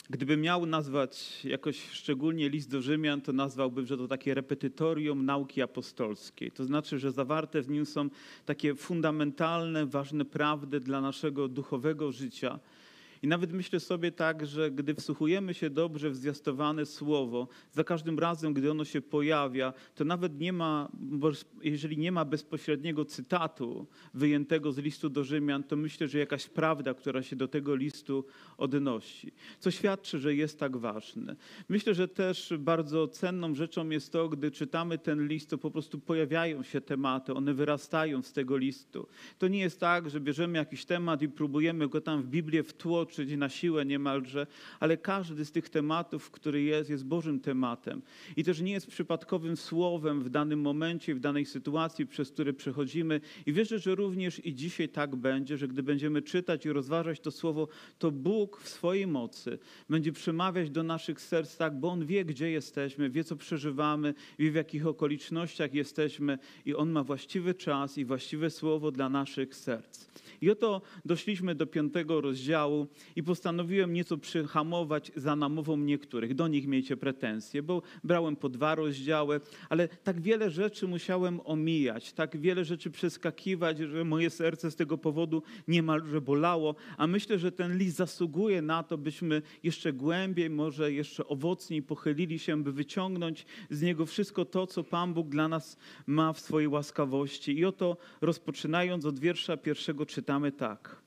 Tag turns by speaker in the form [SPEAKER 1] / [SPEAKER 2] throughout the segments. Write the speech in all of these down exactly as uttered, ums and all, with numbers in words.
[SPEAKER 1] Gdybym miał nazwać jakoś szczególnie list do Rzymian, to nazwałbym, że to takie repetytorium nauki apostolskiej. To znaczy, że zawarte w nim są takie fundamentalne, ważne prawdy dla naszego duchowego życia. I nawet myślę sobie tak, że gdy wsłuchujemy się dobrze w zwiastowane słowo, za każdym razem, gdy ono się pojawia, to nawet nie ma, jeżeli nie ma bezpośredniego cytatu wyjętego z listu do Rzymian, to myślę, że jakaś prawda, która się do tego listu odnosi, co świadczy, że jest tak ważny. Myślę, że też bardzo cenną rzeczą jest to, gdy czytamy ten list, to po prostu pojawiają się tematy, one wyrastają z tego listu. To nie jest tak, że bierzemy jakiś temat i próbujemy go tam w Biblię wtłoczyć na siłę niemalże, ale każdy z tych tematów, który jest, jest Bożym tematem. I też nie jest przypadkowym słowem w danym momencie, w danej sytuacji, przez które przechodzimy. I wierzę, że również i dzisiaj tak będzie, że gdy będziemy czytać i rozważać to słowo, to Bóg w swojej mocy będzie przemawiać do naszych serc tak, bo On wie, gdzie jesteśmy, wie, co przeżywamy, wie, w jakich okolicznościach jesteśmy i On ma właściwy czas i właściwe słowo dla naszych serc. I oto doszliśmy do piątego rozdziału i postanowiłem nieco przyhamować za namową niektórych. Do nich miejcie pretensje, bo brałem po dwa rozdziały, ale tak wiele rzeczy musiałem omijać, tak wiele rzeczy przeskakiwać, że moje serce z tego powodu niemalże bolało, a myślę, że ten list zasługuje na to, byśmy jeszcze głębiej, może jeszcze owocniej pochylili się, by wyciągnąć z niego wszystko to, co Pan Bóg dla nas ma w swojej łaskawości. I oto rozpoczynając od wiersza pierwszego czytamy tak.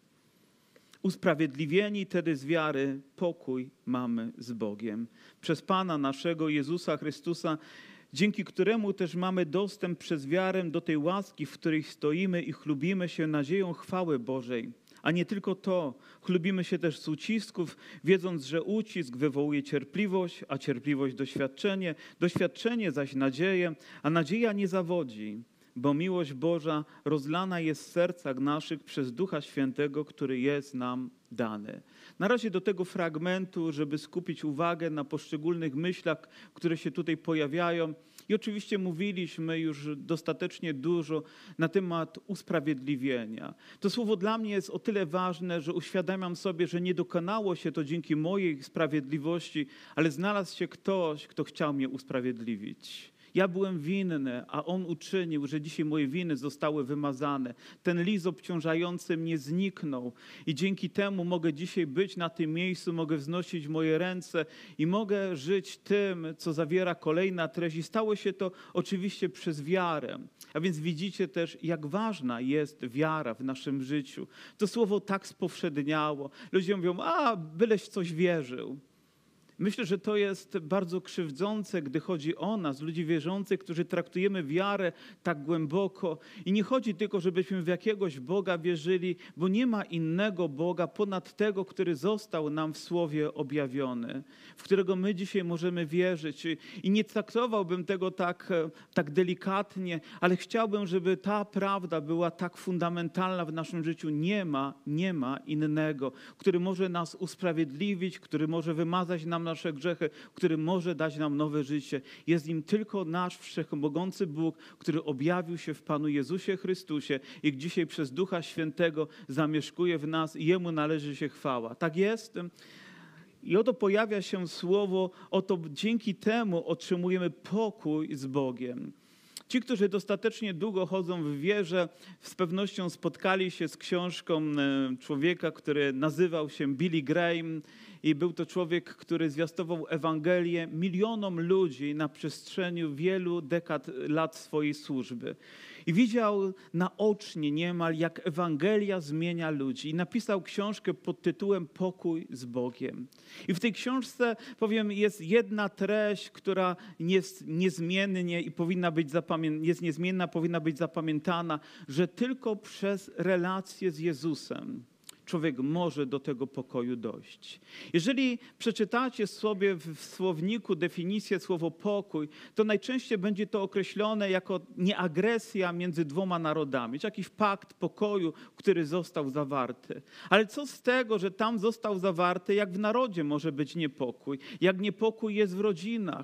[SPEAKER 1] Usprawiedliwieni tedy z wiary, pokój mamy z Bogiem. Przez Pana naszego Jezusa Chrystusa, dzięki któremu też mamy dostęp przez wiarę do tej łaski, w której stoimy i chlubimy się nadzieją chwały Bożej. A nie tylko to, chlubimy się też z ucisków, wiedząc, że ucisk wywołuje cierpliwość, a cierpliwość doświadczenie, doświadczenie zaś nadzieję, a nadzieja nie zawodzi. Bo miłość Boża rozlana jest w sercach naszych przez Ducha Świętego, który jest nam dany. Na razie do tego fragmentu, żeby skupić uwagę na poszczególnych myślach, które się tutaj pojawiają. I oczywiście mówiliśmy już dostatecznie dużo na temat usprawiedliwienia. To słowo dla mnie jest o tyle ważne, że uświadamiam sobie, że nie dokonało się to dzięki mojej sprawiedliwości, ale znalazł się ktoś, kto chciał mnie usprawiedliwić. Ja byłem winny, a On uczynił, że dzisiaj moje winy zostały wymazane. Ten list obciążający mnie zniknął i dzięki temu mogę dzisiaj być na tym miejscu, mogę wznosić moje ręce i mogę żyć tym, co zawiera kolejna treść. I stało się to oczywiście przez wiarę. A więc widzicie też, jak ważna jest wiara w naszym życiu. To słowo tak spowszedniało. Ludzie mówią, a byleś w coś wierzył. Myślę, że to jest bardzo krzywdzące, gdy chodzi o nas, ludzi wierzących, którzy traktujemy wiarę tak głęboko. I nie chodzi tylko, żebyśmy w jakiegoś Boga wierzyli, bo nie ma innego Boga ponad tego, który został nam w Słowie objawiony, w którego my dzisiaj możemy wierzyć. I nie traktowałbym tego tak, tak delikatnie, ale chciałbym, żeby ta prawda była tak fundamentalna w naszym życiu. Nie ma, nie ma innego, który może nas usprawiedliwić, który może wymazać nam nasze grzechy, który może dać nam nowe życie. Jest nim tylko nasz wszechmogący Bóg, który objawił się w Panu Jezusie Chrystusie i dzisiaj przez Ducha Świętego zamieszkuje w nas i Jemu należy się chwała. Tak jest? I oto pojawia się słowo, oto dzięki temu otrzymujemy pokój z Bogiem. Ci, którzy dostatecznie długo chodzą w wierze, z pewnością spotkali się z książką człowieka, który nazywał się Billy Graham i był to człowiek, który zwiastował Ewangelię milionom ludzi na przestrzeni wielu dekad lat swojej służby. I widział naocznie niemal, jak Ewangelia zmienia ludzi. I napisał książkę pod tytułem Pokój z Bogiem. I w tej książce, powiem, jest jedna treść, która jest niezmiennie i powinna być zapamię- jest niezmienna, powinna być zapamiętana, że tylko przez relację z Jezusem człowiek może do tego pokoju dojść. Jeżeli przeczytacie sobie w słowniku definicję słowo pokój, to najczęściej będzie to określone jako nieagresja między dwoma narodami, czy jakiś pakt pokoju, który został zawarty. Ale co z tego, że tam został zawarty, jak w narodzie może być niepokój, jak niepokój jest w rodzinach.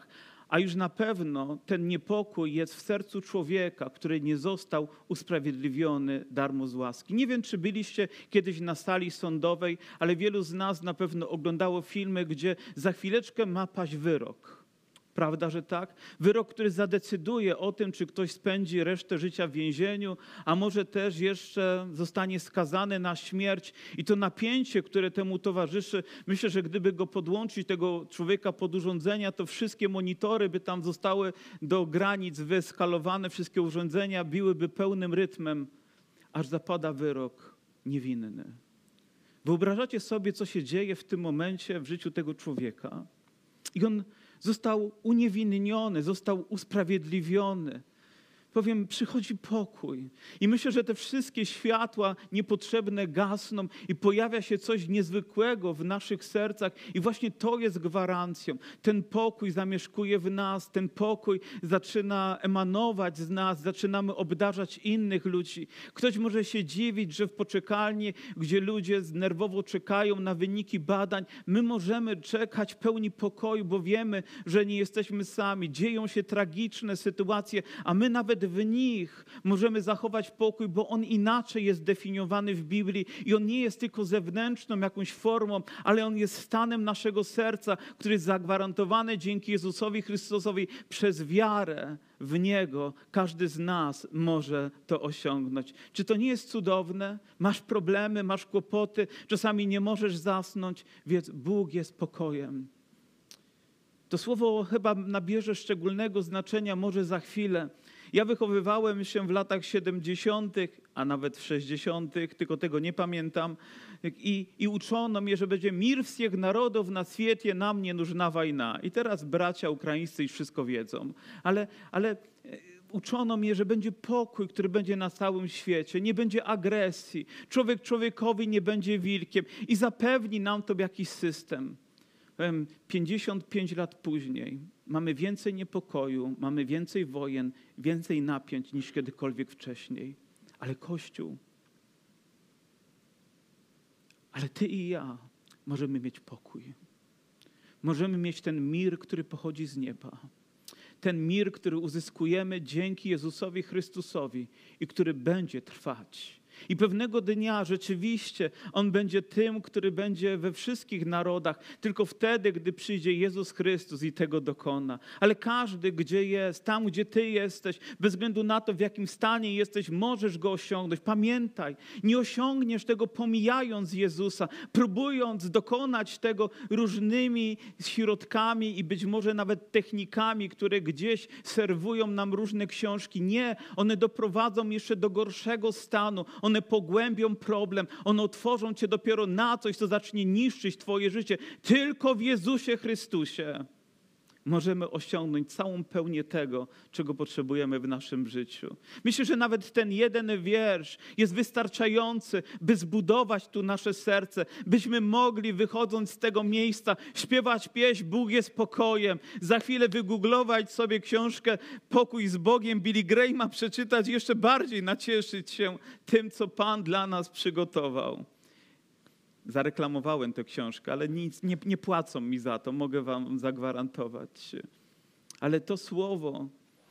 [SPEAKER 1] a już na pewno ten niepokój jest w sercu człowieka, który nie został usprawiedliwiony darmo z łaski. Nie wiem, czy byliście kiedyś na sali sądowej, ale wielu z nas na pewno oglądało filmy, gdzie za chwileczkę ma paść wyrok. Prawda, że tak? Wyrok, który zadecyduje o tym, czy ktoś spędzi resztę życia w więzieniu, a może też jeszcze zostanie skazany na śmierć. I to napięcie, które temu towarzyszy, myślę, że gdyby go podłączyć, tego człowieka pod urządzenia, to wszystkie monitory by tam zostały do granic wyeskalowane, wszystkie urządzenia biłyby pełnym rytmem, aż zapada wyrok niewinny. Wyobrażacie sobie, co się dzieje w tym momencie w życiu tego człowieka? I on został uniewinniony, został usprawiedliwiony. Powiem, przychodzi pokój. I myślę, że te wszystkie światła niepotrzebne gasną i pojawia się coś niezwykłego w naszych sercach. I właśnie to jest gwarancją. Ten pokój zamieszkuje w nas, ten pokój zaczyna emanować z nas, zaczynamy obdarzać innych ludzi. Ktoś może się dziwić, że w poczekalni, gdzie ludzie nerwowo czekają na wyniki badań, my możemy czekać pełni pokoju, bo wiemy, że nie jesteśmy sami. Dzieją się tragiczne sytuacje, a my nawet w nich możemy zachować pokój, bo on inaczej jest definiowany w Biblii i on nie jest tylko zewnętrzną jakąś formą, ale on jest stanem naszego serca, który jest zagwarantowany dzięki Jezusowi Chrystusowi przez wiarę w Niego. Każdy z nas może to osiągnąć. Czy to nie jest cudowne? Masz problemy, masz kłopoty, czasami nie możesz zasnąć, więc Bóg jest pokojem. To słowo chyba nabierze szczególnego znaczenia może za chwilę. Ja wychowywałem się w latach siedemdziesiątych, a nawet w sześćdziesiątych, tylko tego nie pamiętam. I, i uczono mnie, że będzie mir всех narodów na świecie, nam nie нужна wojna. I teraz bracia ukraińscy już wszystko wiedzą. Ale, ale uczono mnie, że będzie pokój, który będzie na całym świecie. Nie będzie agresji. Człowiek człowiekowi nie będzie wilkiem. I zapewni nam to jakiś system. pięćdziesiąt pięć lat później mamy więcej niepokoju, mamy więcej wojen, więcej napięć niż kiedykolwiek wcześniej. Ale Kościół, ale ty i ja możemy mieć pokój. Możemy mieć ten mir, który pochodzi z nieba. Ten mir, który uzyskujemy dzięki Jezusowi Chrystusowi i który będzie trwać. I pewnego dnia rzeczywiście On będzie tym, który będzie we wszystkich narodach, tylko wtedy, gdy przyjdzie Jezus Chrystus i tego dokona. Ale każdy, gdzie jest, tam, gdzie ty jesteś, bez względu na to, w jakim stanie jesteś, możesz Go osiągnąć. Pamiętaj, nie osiągniesz tego pomijając Jezusa, próbując dokonać tego różnymi środkami i być może nawet technikami, które gdzieś serwują nam różne książki. Nie, one doprowadzą jeszcze do gorszego stanu. One pogłębią problem, one otworzą cię dopiero na coś, co zacznie niszczyć twoje życie. Tylko w Jezusie Chrystusie możemy osiągnąć całą pełnię tego, czego potrzebujemy w naszym życiu. Myślę, że nawet ten jeden wiersz jest wystarczający, by zbudować tu nasze serce, byśmy mogli, wychodząc z tego miejsca, śpiewać pieśń Bóg jest pokojem. Za chwilę wygooglować sobie książkę Pokój z Bogiem Billy Grahama, przeczytać i jeszcze bardziej nacieszyć się tym, co Pan dla nas przygotował. Zareklamowałem tę książkę, ale nic, nie, nie płacą mi za to, mogę wam zagwarantować. Ale to słowo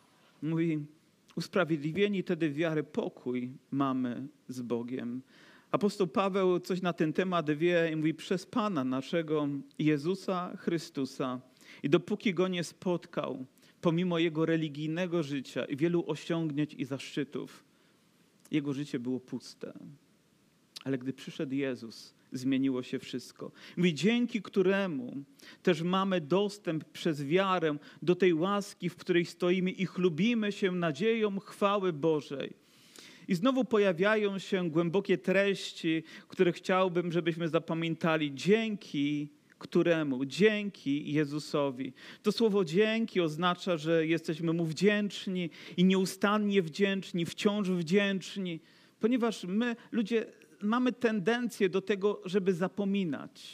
[SPEAKER 1] mówi, usprawiedliwieni tedy wiary, pokój mamy z Bogiem. Apostoł Paweł coś na ten temat wie i mówi, przez Pana naszego Jezusa Chrystusa. I dopóki Go nie spotkał, pomimo Jego religijnego życia i wielu osiągnięć i zaszczytów, Jego życie było puste. Ale gdy przyszedł Jezus, zmieniło się wszystko. Mówi, dzięki któremu też mamy dostęp przez wiarę do tej łaski, w której stoimy i chlubimy się nadzieją chwały Bożej. I znowu pojawiają się głębokie treści, które chciałbym, żebyśmy zapamiętali. Dzięki któremu? Dzięki Jezusowi. To słowo dzięki oznacza, że jesteśmy Mu wdzięczni i nieustannie wdzięczni, wciąż wdzięczni, ponieważ my, ludzie, mamy tendencję do tego, żeby zapominać,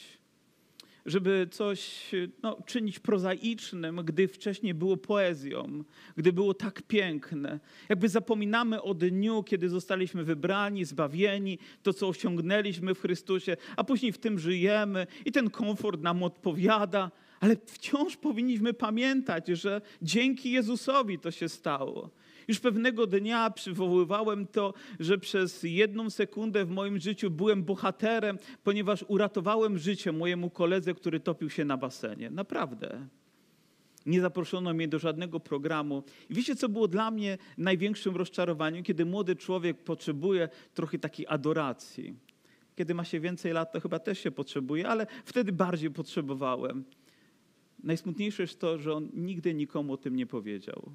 [SPEAKER 1] żeby coś no, czynić prozaicznym, gdy wcześniej było poezją, gdy było tak piękne. Jakby zapominamy o dniu, kiedy zostaliśmy wybrani, zbawieni, to co osiągnęliśmy w Chrystusie, a później w tym żyjemy i ten komfort nam odpowiada, Ale wciąż powinniśmy pamiętać, że dzięki Jezusowi to się stało. Już pewnego dnia przywoływałem to, że przez jedną sekundę w moim życiu byłem bohaterem, ponieważ uratowałem życie mojemu koledze, który topił się na basenie. Naprawdę. Nie zaproszono mnie do żadnego programu. I wiecie, co było dla mnie największym rozczarowaniem? Kiedy młody człowiek potrzebuje trochę takiej adoracji. Kiedy ma się więcej lat, to chyba też się potrzebuje, ale wtedy bardziej potrzebowałem. Najsmutniejsze jest to, że on nigdy nikomu o tym nie powiedział.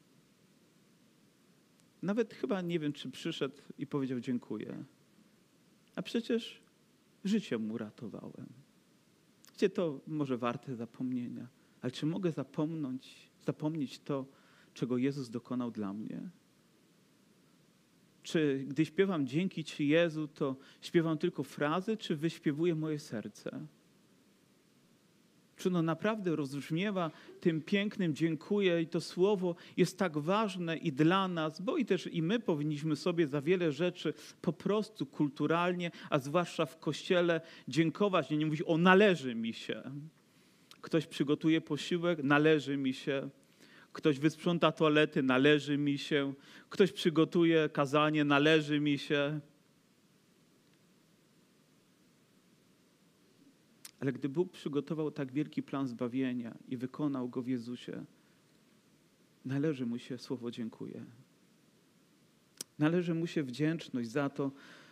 [SPEAKER 1] Nawet chyba nie wiem, czy przyszedł i powiedział dziękuję. A przecież życie mu ratowałem. Wiecie, to może warte zapomnienia. Ale czy mogę zapomnieć, zapomnieć to, czego Jezus dokonał dla mnie? Czy gdy śpiewam dzięki Ci Jezu, to śpiewam tylko frazy, czy wyśpiewuje moje serce? Czy ono naprawdę rozbrzmiewa tym pięknym dziękuję i to słowo jest tak ważne i dla nas, bo i też i my powinniśmy sobie za wiele rzeczy po prostu kulturalnie, a zwłaszcza w Kościele dziękować, nie mówić o należy mi się. Ktoś przygotuje posiłek, należy mi się. Ktoś wysprząta toalety, należy mi się. Ktoś przygotuje kazanie, należy mi się. Ale gdy Bóg przygotował tak wielki plan zbawienia i wykonał go w Jezusie, należy Mu się słowo dziękuję. Należy Mu się wdzięczność za to.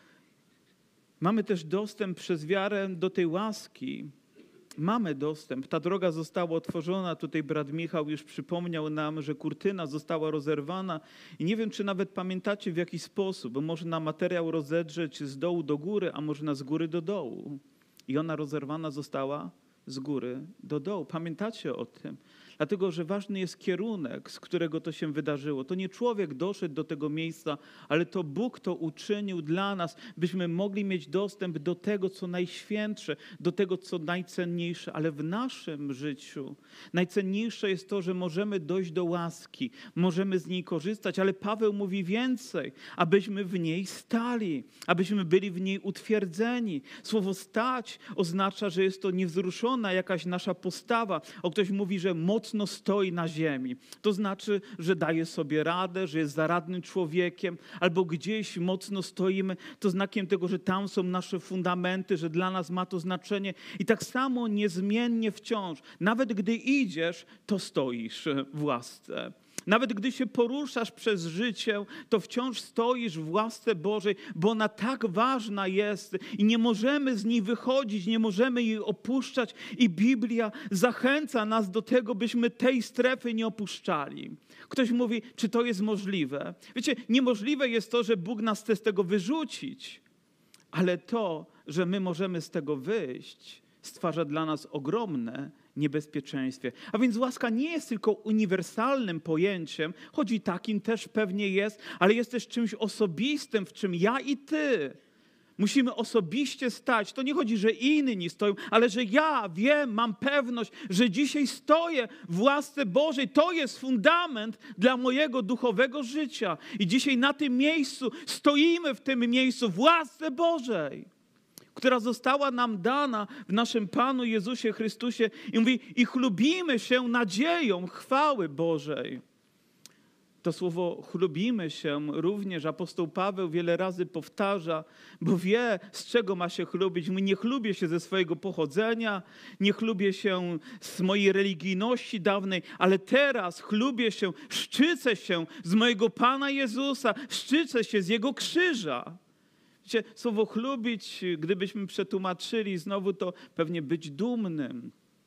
[SPEAKER 1] Mamy też dostęp przez wiarę do tej łaski. Mamy dostęp. Ta droga została otworzona. Tutaj brat Michał już przypomniał nam, że kurtyna została rozerwana. I nie wiem, czy nawet pamiętacie w jaki sposób, bo można materiał rozedrzeć z dołu do góry, a można z góry do dołu. I ona rozerwana została z góry do dołu. Pamiętacie o tym? Dlatego, że ważny jest kierunek, z którego to się wydarzyło. To nie człowiek doszedł do tego miejsca, ale to Bóg to uczynił dla nas, byśmy mogli mieć dostęp do tego, co najświętsze, do tego, co najcenniejsze. Ale w naszym życiu najcenniejsze jest to, że możemy dojść do łaski, możemy z niej korzystać, ale Paweł mówi więcej, abyśmy w niej stali, abyśmy byli w niej utwierdzeni. Słowo stać oznacza, że jest to niewzruszona jakaś nasza postawa. O ktoś mówi, że mocno stoi na ziemi. To znaczy, że daje sobie radę, że jest zaradnym człowiekiem, albo gdzieś mocno stoimy. To znakiem tego, że tam są nasze fundamenty, że dla nas ma to znaczenie. I tak samo niezmiennie wciąż, nawet gdy idziesz, to stoisz w łasce. Nawet gdy się poruszasz przez życie, to wciąż stoisz w łasce Bożej, bo ona tak ważna jest i nie możemy z niej wychodzić, nie możemy jej opuszczać i Biblia zachęca nas do tego, byśmy tej strefy nie opuszczali. Ktoś mówi, czy to jest możliwe? Wiecie, niemożliwe jest to, że Bóg nas chce z tego wyrzucić, ale to, że my możemy z tego wyjść, stwarza dla nas ogromne niebezpieczeństwie. A więc łaska nie jest tylko uniwersalnym pojęciem, choć i takim też pewnie jest, ale jest też czymś osobistym, w czym ja i ty musimy osobiście stać. To nie chodzi, że inni stoją, ale że ja wiem, mam pewność, że dzisiaj stoję w łasce Bożej. To jest fundament dla mojego duchowego życia. I dzisiaj na tym miejscu stoimy w tym miejscu w łasce Bożej, która została nam dana w naszym Panu Jezusie Chrystusie. I mówi, i chlubimy się nadzieją chwały Bożej. To słowo chlubimy się również apostoł Paweł wiele razy powtarza, bo wie, z czego ma się chlubić. Mówi, nie chlubię się ze swojego pochodzenia, nie chlubię się z mojej religijności dawnej, ale teraz chlubię się, szczycę się z mojego Pana Jezusa, szczycę się z Jego krzyża. Wiecie, słowo chlubić, gdybyśmy przetłumaczyli znowu, to pewnie być dumnym.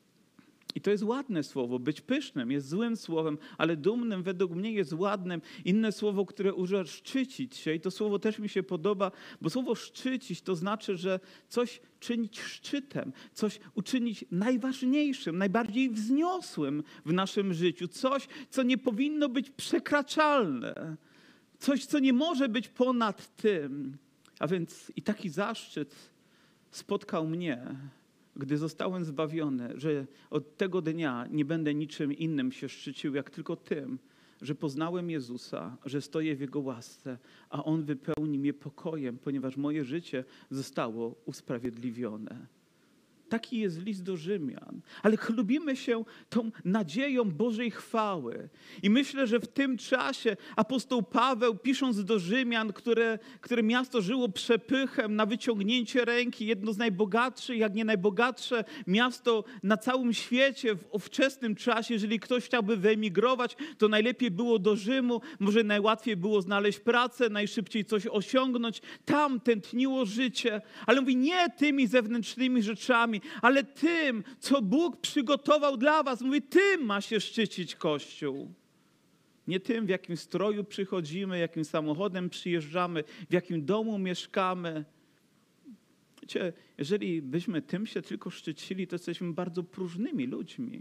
[SPEAKER 1] I to jest ładne słowo. Być pysznym jest złym słowem, ale dumnym według mnie jest ładnym. Inne słowo, które używa, szczycić się. I to słowo też mi się podoba, bo słowo szczycić to znaczy, że coś czynić szczytem, coś uczynić najważniejszym, najbardziej wzniosłym w naszym życiu. Coś, co nie powinno być przekraczalne. Coś, co nie może być ponad tym. A więc i taki zaszczyt spotkał mnie, gdy zostałem zbawiony, że od tego dnia nie będę niczym innym się szczycił, jak tylko tym, że poznałem Jezusa, że stoję w Jego łasce, a On wypełni mnie pokojem, ponieważ moje życie zostało usprawiedliwione. Taki jest list do Rzymian. Ale chlubimy się tą nadzieją Bożej chwały. I myślę, że w tym czasie apostoł Paweł, pisząc do Rzymian, które, które miasto żyło przepychem na wyciągnięcie ręki, jedno z najbogatszych, jak nie najbogatsze miasto na całym świecie w ówczesnym czasie, jeżeli ktoś chciałby wyemigrować, to najlepiej było do Rzymu, może najłatwiej było znaleźć pracę, najszybciej coś osiągnąć. Tam tętniło życie. Ale mówi, nie tymi zewnętrznymi rzeczami, ale tym, co Bóg przygotował dla was. Mówi, tym ma się szczycić Kościół. Nie tym, w jakim stroju przychodzimy, jakim samochodem przyjeżdżamy, w jakim domu mieszkamy. Wiecie, jeżeli byśmy tym się tylko szczycili, to jesteśmy bardzo próżnymi ludźmi.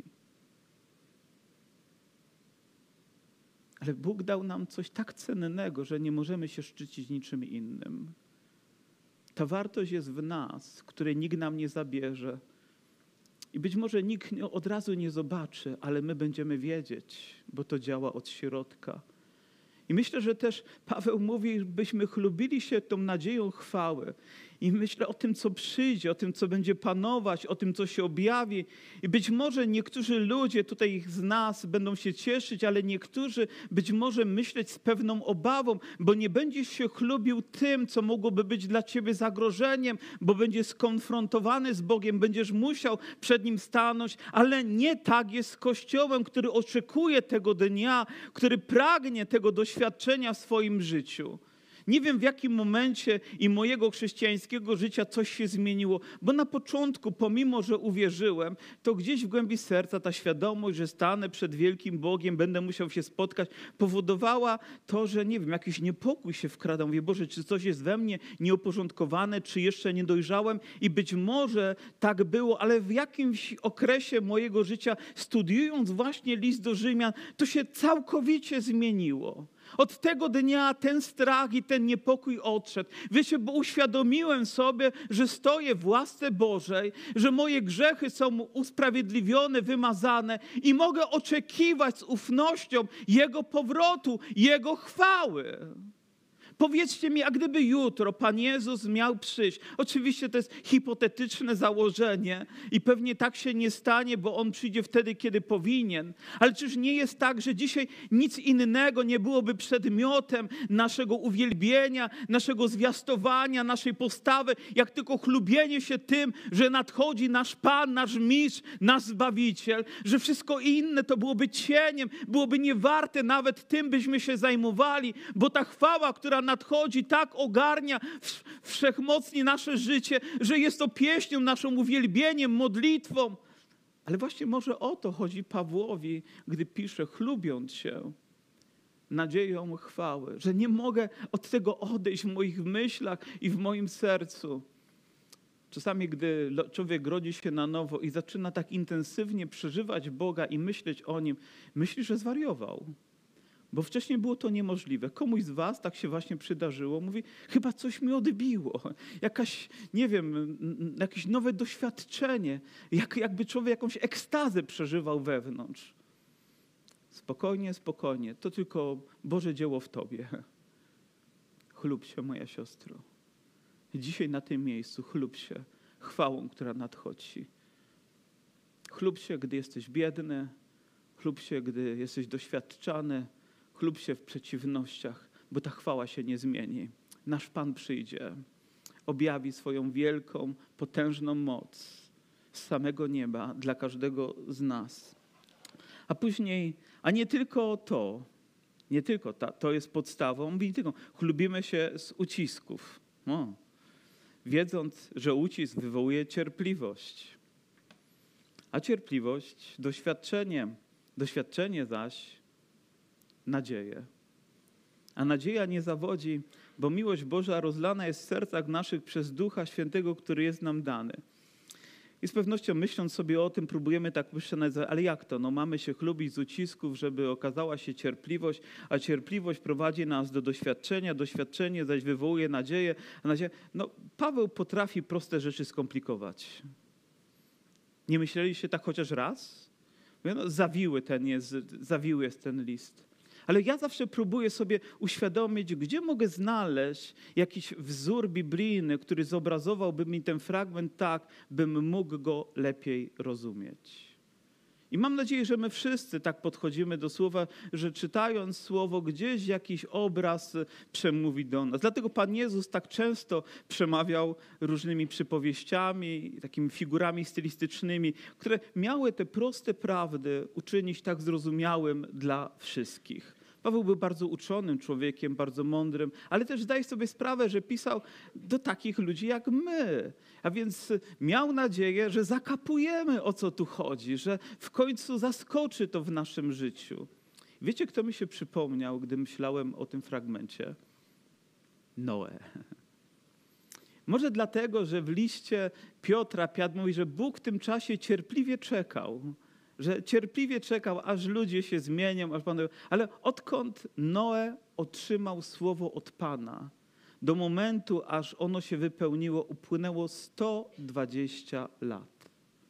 [SPEAKER 1] Ale Bóg dał nam coś tak cennego, że nie możemy się szczycić niczym innym. Ta wartość jest w nas, której nikt nam nie zabierze. I być może nikt od razu nie zobaczy, ale my będziemy wiedzieć, bo to działa od środka. I myślę, że też Paweł mówi, byśmy chlubili się tą nadzieją chwały. I myślę o tym, co przyjdzie, o tym, co będzie panować, o tym, co się objawi. I być może niektórzy ludzie tutaj z nas będą się cieszyć, ale niektórzy być może myśleć z pewną obawą, bo nie będziesz się chlubił tym, co mogłoby być dla ciebie zagrożeniem, bo będziesz skonfrontowany z Bogiem, będziesz musiał przed Nim stanąć, ale nie tak jest z Kościołem, który oczekuje tego dnia, który pragnie tego doświadczenia w swoim życiu. Nie wiem, w jakim momencie i mojego chrześcijańskiego życia coś się zmieniło, bo na początku, pomimo że uwierzyłem, to gdzieś w głębi serca ta świadomość, że stanę przed wielkim Bogiem, będę musiał się spotkać, powodowała to, że nie wiem, jakiś niepokój się wkradał. Mówię, Boże, czy coś jest we mnie nieuporządkowane, czy jeszcze nie dojrzałem? I być może tak było, ale w jakimś okresie mojego życia, studiując właśnie list do Rzymian, to się całkowicie zmieniło. Od tego dnia ten strach i ten niepokój odszedł. Wiecie, bo uświadomiłem sobie, że stoję w łasce Bożej, że moje grzechy są usprawiedliwione, wymazane i mogę oczekiwać z ufnością Jego powrotu, Jego chwały. Powiedzcie mi, a gdyby jutro Pan Jezus miał przyjść, oczywiście to jest hipotetyczne założenie i pewnie tak się nie stanie, bo On przyjdzie wtedy, kiedy powinien, ale czyż nie jest tak, że dzisiaj nic innego nie byłoby przedmiotem naszego uwielbienia, naszego zwiastowania, naszej postawy, jak tylko chlubienie się tym, że nadchodzi nasz Pan, nasz Mistrz, nasz Zbawiciel, że wszystko inne to byłoby cieniem, byłoby niewarte, nawet tym byśmy się zajmowali, bo ta chwała, która nadchodzi, tak ogarnia wszechmocnie nasze życie, że jest to pieśnią, naszym uwielbieniem, modlitwą. Ale właśnie może o to chodzi Pawłowi, gdy pisze, chlubiąc się nadzieją chwały, że nie mogę od tego odejść w moich myślach i w moim sercu. Czasami, gdy człowiek rodzi się na nowo i zaczyna tak intensywnie przeżywać Boga i myśleć o Nim, myśli, że zwariował. Bo wcześniej było to niemożliwe. Komuś z was tak się właśnie przydarzyło. Mówi, chyba coś mi odbiło. Jakaś, nie wiem, jakieś nowe doświadczenie. Jak, jakby człowiek jakąś ekstazę przeżywał wewnątrz. Spokojnie, spokojnie. To tylko Boże dzieło w tobie. Chlub się, moja siostro. Dzisiaj na tym miejscu chlub się chwałą, która nadchodzi. Chlub się, gdy jesteś biedny. Chlub się, gdy jesteś doświadczany. Chlub się w przeciwnościach, bo ta chwała się nie zmieni. Nasz Pan przyjdzie, objawi swoją wielką, potężną moc z samego nieba dla każdego z nas. A później, a nie tylko to, nie tylko ta, to jest podstawą, mówi tylko, chlubimy się z ucisków. O, wiedząc, że ucisk wywołuje cierpliwość. A cierpliwość doświadczenie, doświadczenie zaś nadzieję. A nadzieja nie zawodzi, bo miłość Boża rozlana jest w sercach naszych przez Ducha Świętego, który jest nam dany. I z pewnością myśląc sobie o tym, próbujemy tak myśleć, ale jak to? No mamy się chlubić z ucisków, żeby okazała się cierpliwość, a cierpliwość prowadzi nas do doświadczenia, doświadczenie zaś wywołuje nadzieję, a nadzieja... No Paweł potrafi proste rzeczy skomplikować. Nie myśleliście tak chociaż raz? No, zawiły, ten jest, zawiły jest ten list. Ale ja zawsze próbuję sobie uświadomić, gdzie mogę znaleźć jakiś wzór biblijny, który zobrazowałby mi ten fragment tak, bym mógł go lepiej rozumieć. I mam nadzieję, że my wszyscy tak podchodzimy do słowa, że czytając słowo gdzieś jakiś obraz przemówi do nas. Dlatego Pan Jezus tak często przemawiał różnymi przypowieściami, takimi figurami stylistycznymi, które miały te proste prawdy uczynić tak zrozumiałym dla wszystkich. Paweł był bardzo uczonym człowiekiem, bardzo mądrym, ale też zdaje sobie sprawę, że pisał do takich ludzi jak my. A więc miał nadzieję, że zakapujemy, o co tu chodzi, że w końcu zaskoczy to w naszym życiu. Wiecie, kto mi się przypomniał, gdy myślałem o tym fragmencie? Noe. Może dlatego, że w liście Piotra Piotr mówi, że Bóg w tym czasie cierpliwie czekał, że cierpliwie czekał, aż ludzie się zmienią, aż Pan... Ale odkąd Noe otrzymał słowo od Pana, do momentu, aż ono się wypełniło, upłynęło sto dwadzieścia lat.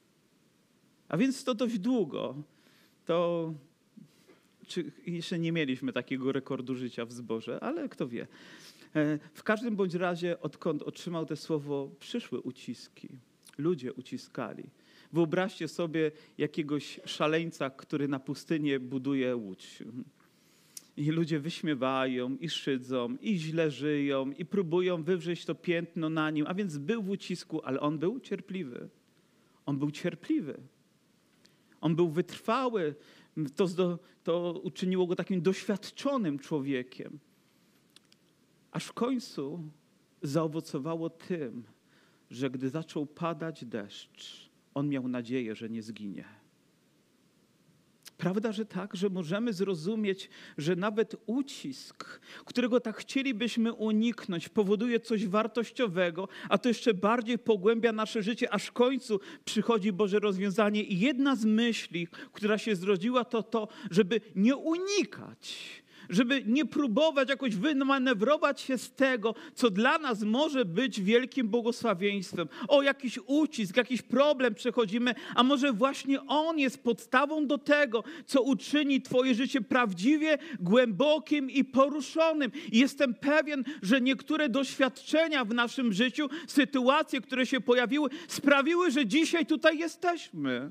[SPEAKER 1] A więc to dość długo. To czy jeszcze nie mieliśmy takiego rekordu życia w zborze, ale kto wie. W każdym bądź razie, odkąd otrzymał to słowo, przyszły uciski. Ludzie uciskali. Wyobraźcie sobie jakiegoś szaleńca, który na pustyni buduje łódź. I ludzie wyśmiewają, i szydzą, i źle żyją, i próbują wywrzeć to piętno na nim. A więc był w ucisku, ale on był cierpliwy. On był cierpliwy. On był wytrwały. To, to uczyniło go takim doświadczonym człowiekiem. Aż w końcu zaowocowało tym, że gdy zaczął padać deszcz, on miał nadzieję, że nie zginie. Prawda, że tak, że możemy zrozumieć, że nawet ucisk, którego tak chcielibyśmy uniknąć, powoduje coś wartościowego, a to jeszcze bardziej pogłębia nasze życie, aż w końcu przychodzi Boże rozwiązanie. I jedna z myśli, która się zrodziła, to to, żeby nie unikać, żeby nie próbować jakoś wymanewrować się z tego, co dla nas może być wielkim błogosławieństwem. O, jakiś ucisk, jakiś problem przechodzimy, a może właśnie on jest podstawą do tego, co uczyni twoje życie prawdziwie głębokim i poruszonym. I jestem pewien, że niektóre doświadczenia w naszym życiu, sytuacje, które się pojawiły, sprawiły, że dzisiaj tutaj jesteśmy.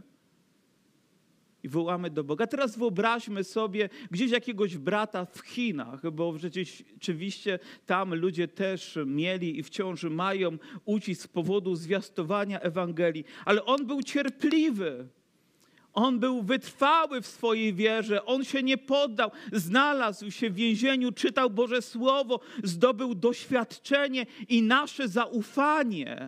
[SPEAKER 1] I wołamy do Boga. Teraz wyobraźmy sobie gdzieś jakiegoś brata w Chinach, bo przecież oczywiście tam ludzie też mieli i wciąż mają ucisk z powodu zwiastowania Ewangelii. Ale on był cierpliwy. On był wytrwały w swojej wierze. On się nie poddał. Znalazł się w więzieniu, czytał Boże Słowo, zdobył doświadczenie i nasze zaufanie.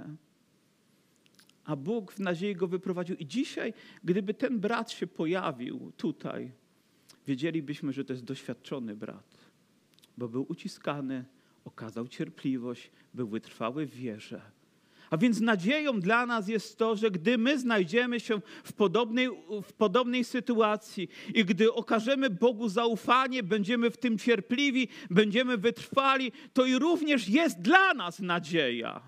[SPEAKER 1] A Bóg w nadziei go wyprowadził. I dzisiaj, gdyby ten brat się pojawił tutaj, wiedzielibyśmy, że to jest doświadczony brat. Bo był uciskany, okazał cierpliwość, był wytrwały w wierze. A więc nadzieją dla nas jest to, że gdy my znajdziemy się w podobnej, w podobnej sytuacji i gdy okażemy Bogu zaufanie, będziemy w tym cierpliwi, będziemy wytrwali, to i również jest dla nas nadzieja.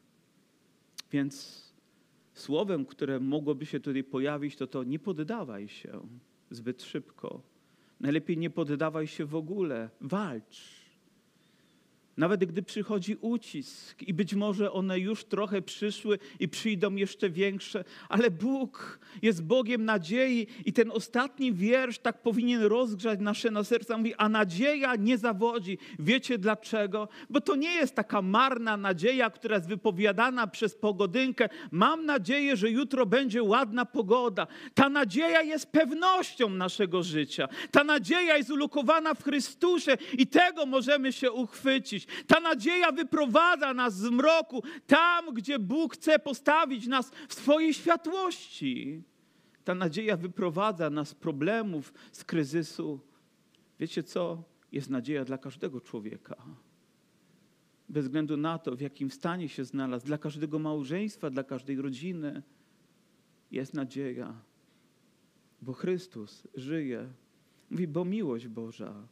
[SPEAKER 1] Więc słowem, które mogłoby się tutaj pojawić, to to nie poddawaj się zbyt szybko. Najlepiej nie poddawaj się w ogóle. Walcz. Nawet gdy przychodzi ucisk i być może one już trochę przyszły i przyjdą jeszcze większe, ale Bóg jest Bogiem nadziei i ten ostatni wiersz tak powinien rozgrzać nasze na serca. Mówi, a nadzieja nie zawodzi. Wiecie dlaczego? Bo to nie jest taka marna nadzieja, która jest wypowiadana przez pogodynkę. Mam nadzieję, że jutro będzie ładna pogoda. Ta nadzieja jest pewnością naszego życia. Ta nadzieja jest ulokowana w Chrystusie i tego możemy się uchwycić. Ta nadzieja wyprowadza nas z mroku tam, gdzie Bóg chce postawić nas w swojej światłości. Ta nadzieja wyprowadza nas z problemów, z kryzysu. Wiecie co? Jest nadzieja dla każdego człowieka. Bez względu na to, w jakim stanie się znalazł, dla każdego małżeństwa, dla każdej rodziny jest nadzieja. Bo Chrystus żyje. Mówi, bo miłość Boża.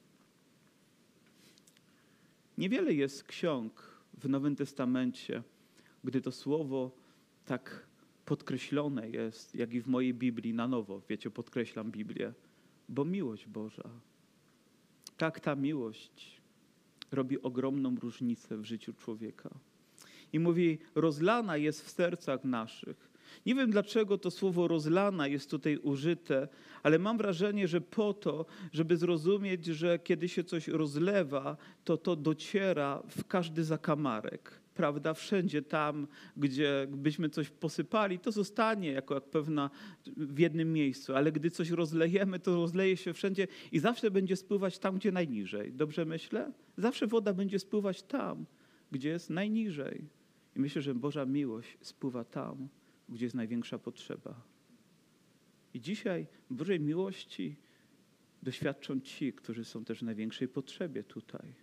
[SPEAKER 1] Niewiele jest ksiąg w Nowym Testamencie, gdy to słowo tak podkreślone jest, jak i w mojej Biblii na nowo. Wiecie, podkreślam Biblię, bo miłość Boża. Tak, ta miłość robi ogromną różnicę w życiu człowieka. I mówi, rozlana jest w sercach naszych. Nie wiem, dlaczego to słowo rozlana jest tutaj użyte, ale mam wrażenie, że po to, żeby zrozumieć, że kiedy się coś rozlewa, to to dociera w każdy zakamarek. Prawda? Wszędzie tam, gdzie byśmy coś posypali, to zostanie jako jak pewna w jednym miejscu, ale gdy coś rozlejemy, to rozleje się wszędzie i zawsze będzie spływać tam, gdzie najniżej. Dobrze myślę? Zawsze woda będzie spływać tam, gdzie jest najniżej. I myślę, że Boża miłość spływa tam, gdzie jest największa potrzeba. I dzisiaj Bożej miłości doświadczą ci, którzy są też w największej potrzebie tutaj.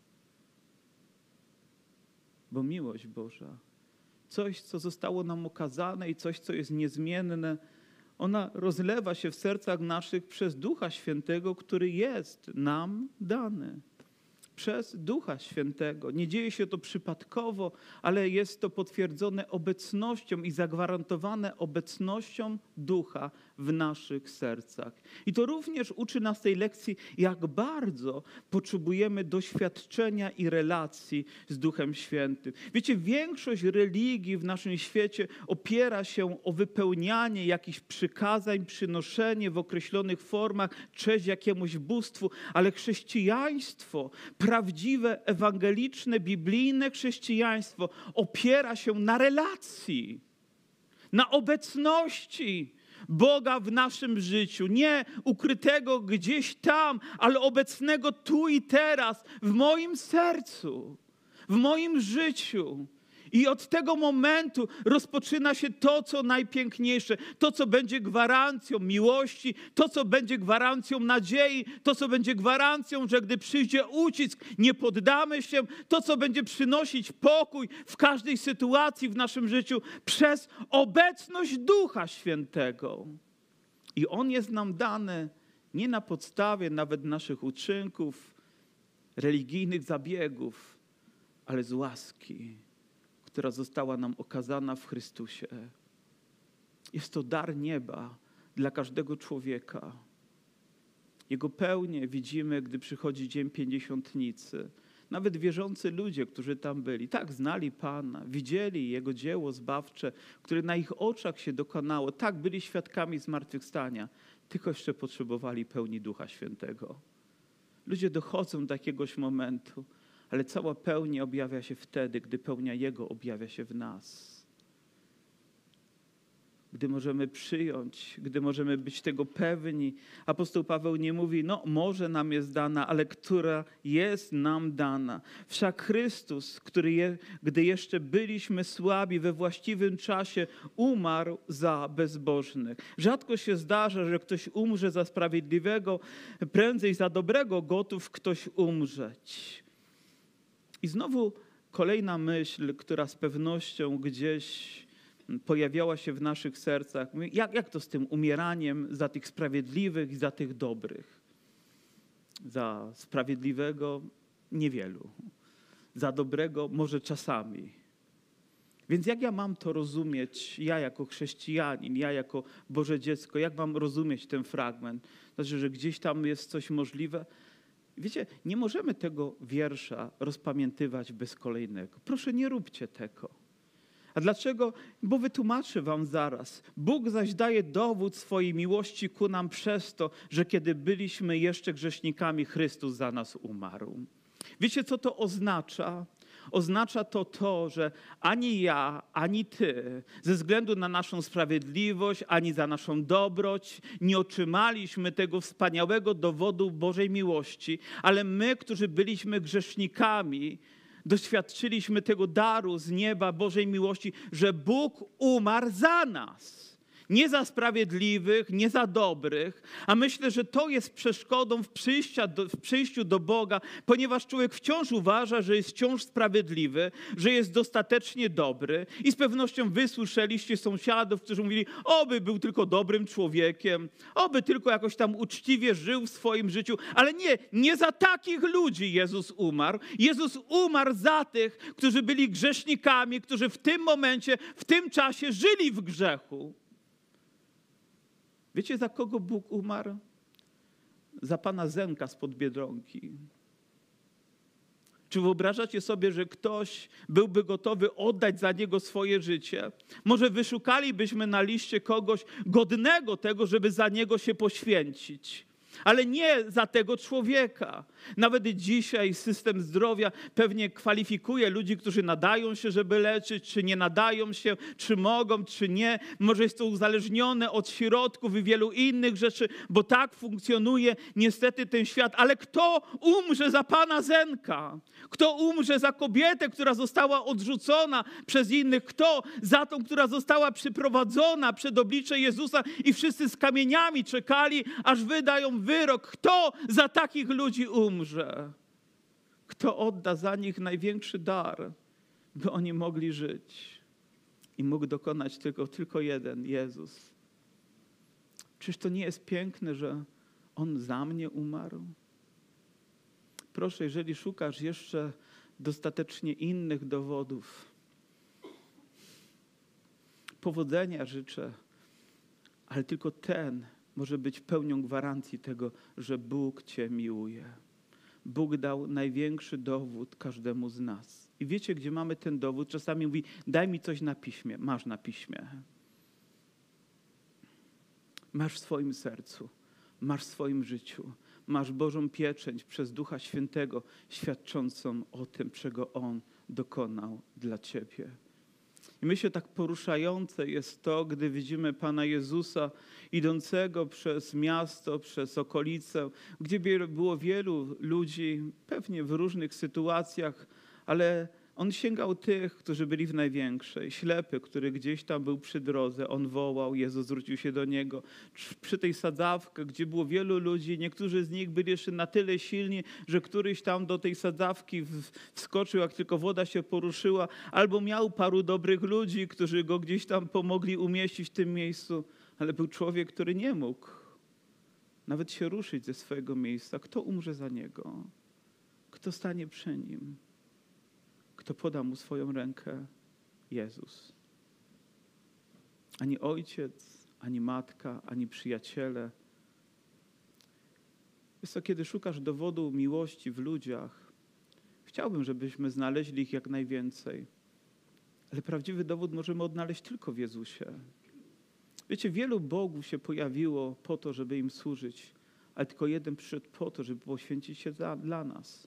[SPEAKER 1] Bo miłość Boża, coś, co zostało nam okazane i coś, co jest niezmienne, ona rozlewa się w sercach naszych przez Ducha Świętego, który jest nam dany. Przez Ducha Świętego. Nie dzieje się to przypadkowo, ale jest to potwierdzone obecnością i zagwarantowane obecnością Ducha w naszych sercach. I to również uczy nas tej lekcji, jak bardzo potrzebujemy doświadczenia i relacji z Duchem Świętym. Wiecie, większość religii w naszym świecie opiera się o wypełnianie jakichś przykazań, przynoszenie w określonych formach, cześć jakiemuś bóstwu, ale chrześcijaństwo, prawdziwe, ewangeliczne, biblijne chrześcijaństwo opiera się na relacji, na obecności Boga w naszym życiu. Nie ukrytego gdzieś tam, ale obecnego tu i teraz, w moim sercu, w moim życiu. I od tego momentu rozpoczyna się to, co najpiękniejsze, to, co będzie gwarancją miłości, to, co będzie gwarancją nadziei, to, co będzie gwarancją, że gdy przyjdzie ucisk, nie poddamy się, to, co będzie przynosić pokój w każdej sytuacji w naszym życiu przez obecność Ducha Świętego. I On jest nam dany nie na podstawie nawet naszych uczynków, religijnych zabiegów, ale z łaski, która została nam okazana w Chrystusie. Jest to dar nieba dla każdego człowieka. Jego pełnię widzimy, gdy przychodzi Dzień Pięćdziesiątnicy. Nawet wierzący ludzie, którzy tam byli, tak znali Pana, widzieli Jego dzieło zbawcze, które na ich oczach się dokonało. Tak, byli świadkami zmartwychwstania, tylko jeszcze potrzebowali pełni Ducha Świętego. Ludzie dochodzą do jakiegoś momentu, ale cała pełnia objawia się wtedy, gdy pełnia Jego objawia się w nas. Gdy możemy przyjąć, gdy możemy być tego pewni. Apostoł Paweł nie mówi, no może nam jest dana, ale która jest nam dana. Wszak Chrystus, który je, gdy jeszcze byliśmy słabi, we właściwym czasie umarł za bezbożnych. Rzadko się zdarza, że ktoś umrze za sprawiedliwego, prędzej za dobrego gotów ktoś umrzeć. I znowu kolejna myśl, która z pewnością gdzieś pojawiała się w naszych sercach. Jak, jak to z tym umieraniem za tych sprawiedliwych i za tych dobrych? Za sprawiedliwego niewielu. Za dobrego może czasami. Więc jak ja mam to rozumieć, ja jako chrześcijanin, ja jako Boże dziecko, jak mam rozumieć ten fragment? Znaczy, że gdzieś tam jest coś możliwe? Wiecie, nie możemy tego wiersza rozpamiętywać bez kolejnego. Proszę, nie róbcie tego. A dlaczego? Bo wytłumaczę wam zaraz. Bóg zaś daje dowód swojej miłości ku nam przez to, że kiedy byliśmy jeszcze grzesznikami, Chrystus za nas umarł. Wiecie, co to oznacza? Oznacza to to, że ani ja, ani ty, ze względu na naszą sprawiedliwość, ani za naszą dobroć, nie otrzymaliśmy tego wspaniałego dowodu Bożej miłości, ale my, którzy byliśmy grzesznikami, doświadczyliśmy tego daru z nieba Bożej miłości, że Bóg umarł za nas. Nie za sprawiedliwych, nie za dobrych, a myślę, że to jest przeszkodą w, do, w przyjściu do Boga, ponieważ człowiek wciąż uważa, że jest wciąż sprawiedliwy, że jest dostatecznie dobry i z pewnością wy słyszeliście sąsiadów, którzy mówili, oby był tylko dobrym człowiekiem, oby tylko jakoś tam uczciwie żył w swoim życiu, ale nie, nie za takich ludzi Jezus umarł. Jezus umarł za tych, którzy byli grzesznikami, którzy w tym momencie, w tym czasie żyli w grzechu. Wiecie, za kogo Bóg umarł? za pana Zenka spod Biedronki? Czy wyobrażacie sobie, że ktoś byłby gotowy oddać za niego swoje życie? Może wyszukalibyśmy na liście kogoś godnego tego, żeby za niego się poświęcić. Ale nie za tego człowieka. Nawet dzisiaj system zdrowia pewnie kwalifikuje ludzi, którzy nadają się, żeby leczyć, czy nie nadają się, czy mogą, czy nie. Może jest to uzależnione od środków i wielu innych rzeczy, bo tak funkcjonuje niestety ten świat. Ale kto umrze za pana Zenka? Kto umrze za kobietę, która została odrzucona przez innych? Kto za tą, która została przyprowadzona przed oblicze Jezusa i wszyscy z kamieniami czekali, aż wydają wyrok? Kto za takich ludzi umrze? Kto odda za nich największy dar, by oni mogli żyć? I mógł dokonać tylko, tylko jeden, Jezus. Czyż to nie jest piękne, że On za mnie umarł? Proszę, jeżeli szukasz jeszcze dostatecznie innych dowodów, powodzenia życzę, ale tylko ten może być pełnią gwarancji tego, że Bóg cię miłuje. Bóg dał największy dowód każdemu z nas. I wiecie, gdzie mamy ten dowód? Czasami mówi, daj mi coś na piśmie. Masz na piśmie. Masz w swoim sercu. Masz w swoim życiu. Masz Bożą pieczęć przez Ducha Świętego świadczącą o tym, czego On dokonał dla ciebie. I myślę, tak poruszające jest to, gdy widzimy Pana Jezusa idącego przez miasto, przez okolice, gdzie było wielu ludzi, pewnie w różnych sytuacjach, ale On sięgał tych, którzy byli w największej. Ślepy, który gdzieś tam był przy drodze, On wołał, Jezus zwrócił się do niego. Przy tej sadzawce, gdzie było wielu ludzi, niektórzy z nich byli jeszcze na tyle silni, że któryś tam do tej sadzawki wskoczył, jak tylko woda się poruszyła, albo miał paru dobrych ludzi, którzy go gdzieś tam pomogli umieścić w tym miejscu, ale był człowiek, który nie mógł nawet się ruszyć ze swojego miejsca. Kto umrze za niego? Kto stanie przy nim? Kto poda mu swoją rękę? Jezus. Ani ojciec, ani matka, ani przyjaciele. Jest to, kiedy szukasz dowodu miłości w ludziach. Chciałbym, żebyśmy znaleźli ich jak najwięcej. Ale prawdziwy dowód możemy odnaleźć tylko w Jezusie. Wiecie, wielu bogów się pojawiło po to, żeby im służyć, ale tylko jeden przyszedł po to, żeby poświęcić się dla, dla nas.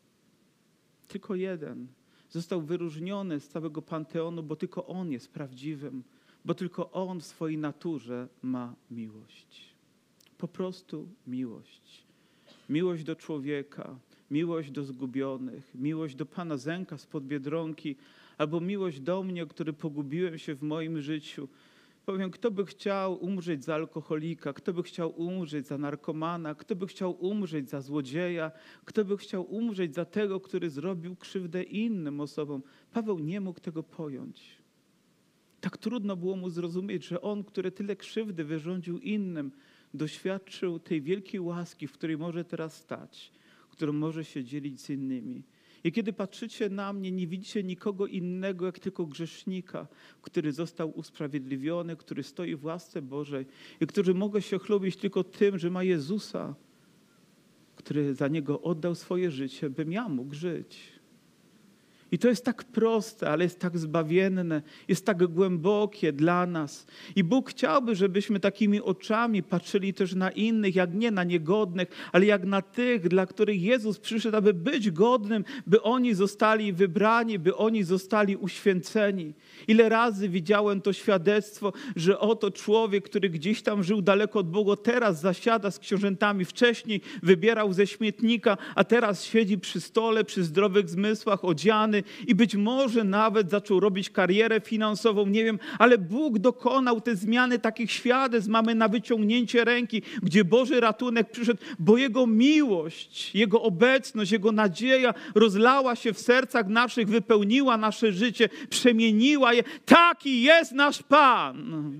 [SPEAKER 1] Tylko jeden. Został wyróżniony z całego panteonu, bo tylko On jest prawdziwym, bo tylko On w swojej naturze ma miłość. Po prostu miłość. Miłość do człowieka, miłość do zgubionych, miłość do Pana Zenka spod Biedronki, albo miłość do mnie, który pogubiłem się w moim życiu. Powiem, kto by chciał umrzeć za alkoholika, kto by chciał umrzeć za narkomana, kto by chciał umrzeć za złodzieja, kto by chciał umrzeć za tego, który zrobił krzywdę innym osobom. Paweł nie mógł tego pojąć. Tak trudno było mu zrozumieć, że on, który tyle krzywdy wyrządził innym, doświadczył tej wielkiej łaski, w której może teraz stać, którą może się dzielić z innymi. I kiedy patrzycie na mnie, nie widzicie nikogo innego, jak tylko grzesznika, który został usprawiedliwiony, który stoi w łasce Bożej i który może się chlubić tylko tym, że ma Jezusa, który za niego oddał swoje życie, bym ja mógł żyć. I to jest tak proste, ale jest tak zbawienne, jest tak głębokie dla nas. I Bóg chciałby, żebyśmy takimi oczami patrzyli też na innych, jak nie na niegodnych, ale jak na tych, dla których Jezus przyszedł, aby być godnym, by oni zostali wybrani, by oni zostali uświęceni. Ile razy widziałem to świadectwo, że oto człowiek, który gdzieś tam żył daleko od Boga, teraz zasiada z książętami, wcześniej wybierał ze śmietnika, a teraz siedzi przy stole, przy zdrowych zmysłach, odziany, i być może nawet zaczął robić karierę finansową, nie wiem, ale Bóg dokonał te zmiany takich świadectw. Mamy na wyciągnięcie ręki, gdzie Boży ratunek przyszedł, bo Jego miłość, Jego obecność, Jego nadzieja rozlała się w sercach naszych, wypełniła nasze życie, przemieniła je. Taki jest nasz Pan.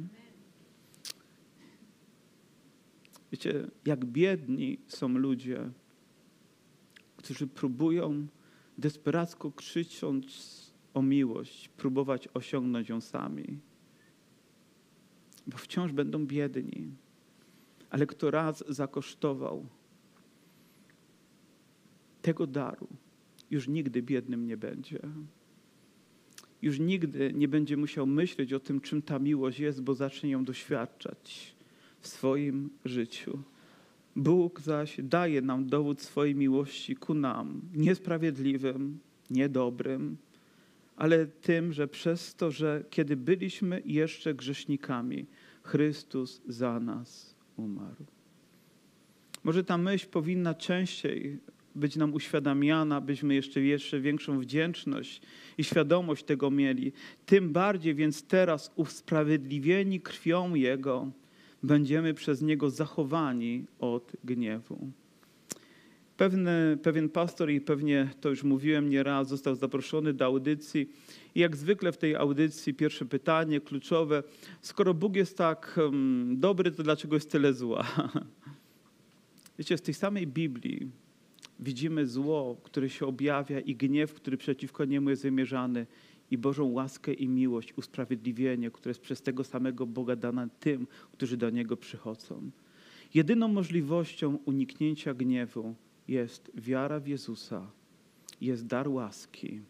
[SPEAKER 1] Wiecie, jak biedni są ludzie, którzy próbują desperacko krzycząc o miłość, próbować osiągnąć ją sami. Bo wciąż będą biedni. Ale kto raz zakosztował tego daru już nigdy biednym nie będzie. Już nigdy nie będzie musiał myśleć o tym, czym ta miłość jest, bo zacznie ją doświadczać w swoim życiu. Bóg zaś daje nam dowód swojej miłości ku nam, niesprawiedliwym, niedobrym, ale tym, że przez to, że kiedy byliśmy jeszcze grzesznikami, Chrystus za nas umarł. Może ta myśl powinna częściej być nam uświadamiana, byśmy jeszcze, jeszcze większą wdzięczność i świadomość tego mieli. Tym bardziej więc teraz usprawiedliwieni krwią Jego, będziemy przez Niego zachowani od gniewu. Pewny, pewien pastor, i pewnie to już mówiłem nieraz, został zaproszony do audycji. I jak zwykle w tej audycji pierwsze pytanie kluczowe: skoro Bóg jest tak um, dobry, to dlaczego jest tyle zła? Wiecie, w tej samej Biblii widzimy zło, które się objawia, i gniew, który przeciwko niemu jest wymierzany, i Bożą łaskę i miłość, usprawiedliwienie, które jest przez tego samego Boga dane tym, którzy do Niego przychodzą. Jedyną możliwością uniknięcia gniewu jest wiara w Jezusa, jest dar łaski,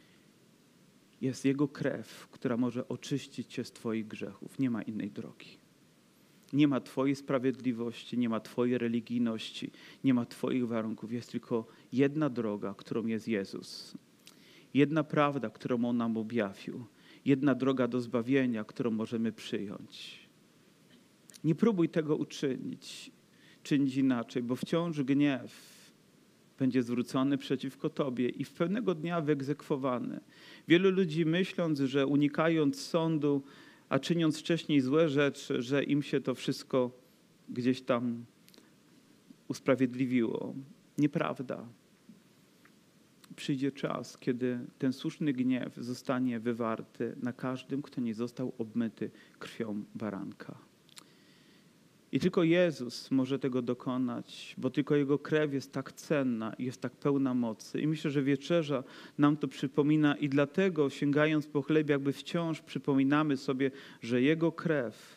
[SPEAKER 1] jest Jego krew, która może oczyścić cię z twoich grzechów. Nie ma innej drogi. Nie ma twojej sprawiedliwości, nie ma twojej religijności, nie ma twoich warunków. Jest tylko jedna droga, którą jest Jezus. Jedna prawda, którą On nam objawił. Jedna droga do zbawienia, którą możemy przyjąć. Nie próbuj tego uczynić, czynić inaczej, bo wciąż gniew będzie zwrócony przeciwko tobie i w pewnego dnia wyegzekwowany. Wielu ludzi, myśląc, że unikając sądu, a czyniąc wcześniej złe rzeczy, że im się to wszystko gdzieś tam usprawiedliwiło. Nieprawda. Przyjdzie czas, kiedy ten słuszny gniew zostanie wywarty na każdym, kto nie został obmyty krwią baranka. I tylko Jezus może tego dokonać, bo tylko Jego krew jest tak cenna i jest tak pełna mocy. I myślę, że wieczerza nam to przypomina i chlego, sięgając po chleb, jakby wciąż przypominamy sobie, że Jego krew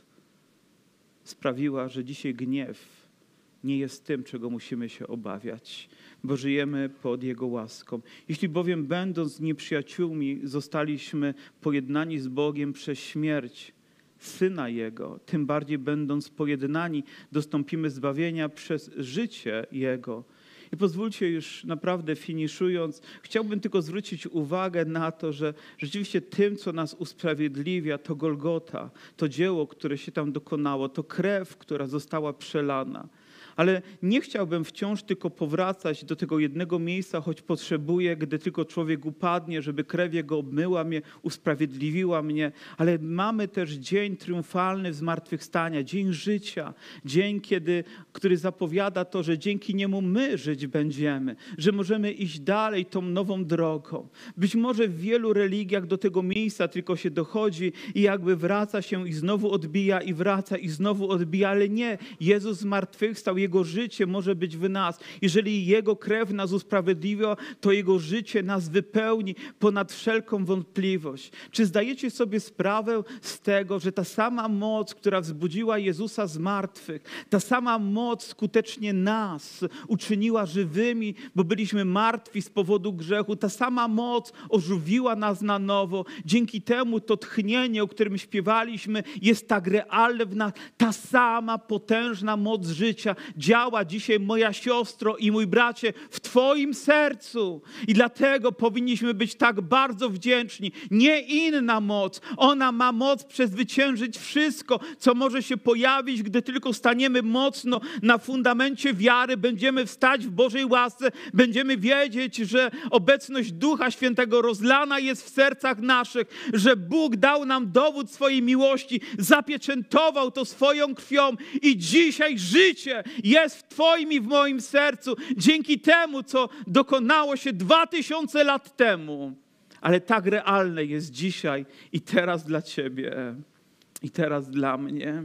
[SPEAKER 1] sprawiła, że dzisiaj gniew nie jest tym, czego musimy się obawiać, bo żyjemy pod Jego łaską. Jeśli bowiem, będąc nieprzyjaciółmi, zostaliśmy pojednani z Bogiem przez śmierć Syna Jego, tym bardziej będąc pojednani, dostąpimy zbawienia przez życie Jego. I pozwólcie, już naprawdę finiszując, chciałbym tylko zwrócić uwagę na to, że rzeczywiście tym, co nas usprawiedliwia, to Golgota, to dzieło, które się tam dokonało, to krew, która została przelana. Ale nie chciałbym wciąż tylko powracać do tego jednego miejsca, choć potrzebuję, gdy tylko człowiek upadnie, żeby krew Jego obmyła mnie, usprawiedliwiła mnie. Ale mamy też dzień triumfalny zmartwychwstania, dzień życia, dzień, kiedy, który zapowiada to, że dzięki niemu my żyć będziemy, że możemy iść dalej tą nową drogą. Być może w wielu religiach do tego miejsca tylko się dochodzi i jakby wraca się i znowu odbija i wraca i znowu odbija, ale nie. Jezus zmartwychwstał, Jego życie może być w nas. Jeżeli Jego krew nas usprawiedliwia, to Jego życie nas wypełni ponad wszelką wątpliwość. Czy zdajecie sobie sprawę z tego, że ta sama moc, która wzbudziła Jezusa z martwych, ta sama moc skutecznie nas uczyniła żywymi, bo byliśmy martwi z powodu grzechu. Ta sama moc ożywiła nas na nowo. Dzięki temu to tchnienie, o którym śpiewaliśmy, jest tak realne w nas. Ta sama potężna moc życia działa dzisiaj, moja siostro i mój bracie, w twoim sercu. I dlatego powinniśmy być tak bardzo wdzięczni. Nie inna moc. Ona ma moc przezwyciężyć wszystko, co może się pojawić, gdy tylko staniemy mocno na fundamencie wiary, będziemy wstać w Bożej łasce, będziemy wiedzieć, że obecność Ducha Świętego rozlana jest w sercach naszych, że Bóg dał nam dowód swojej miłości, zapieczętował to swoją krwią i dzisiaj życie jest w twoim i w moim sercu dzięki temu, co dokonało się dwa tysiące lat temu. Ale tak realne jest dzisiaj i teraz dla ciebie, i teraz dla mnie.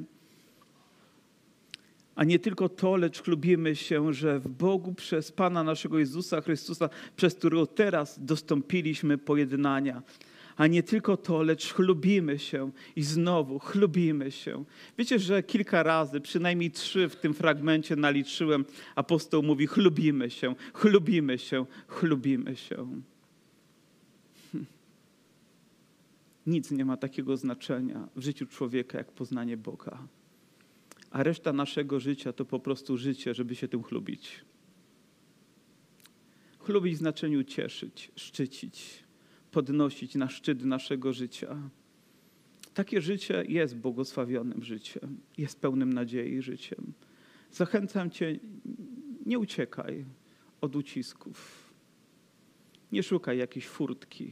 [SPEAKER 1] A nie tylko to, lecz chlubimy się, że w Bogu przez Pana naszego Jezusa Chrystusa, przez którego teraz dostąpiliśmy pojednania. A nie tylko to, lecz chlubimy się i znowu chlubimy się. Wiecie, że kilka razy, przynajmniej trzy w tym fragmencie naliczyłem, apostoł mówi chlubimy się, chlubimy się, chlubimy się. Hm. Nic nie ma takiego znaczenia w życiu człowieka jak poznanie Boga. A reszta naszego życia to po prostu życie, żeby się tym chlubić. Chlubić w znaczeniu cieszyć, szczycić, podnosić na szczyt naszego życia. Takie życie jest błogosławionym życiem, jest pełnym nadziei życiem. Zachęcam cię, nie uciekaj od ucisków. Nie szukaj jakiejś furtki,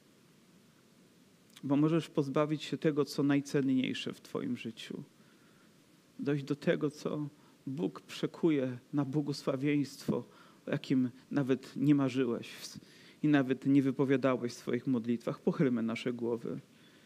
[SPEAKER 1] bo możesz pozbawić się tego, co najcenniejsze w twoim życiu. Dojść do tego, co Bóg przekuje na błogosławieństwo, o jakim nawet nie marzyłeś i nawet nie wypowiadałeś w swoich modlitwach. Pochylmy nasze głowy.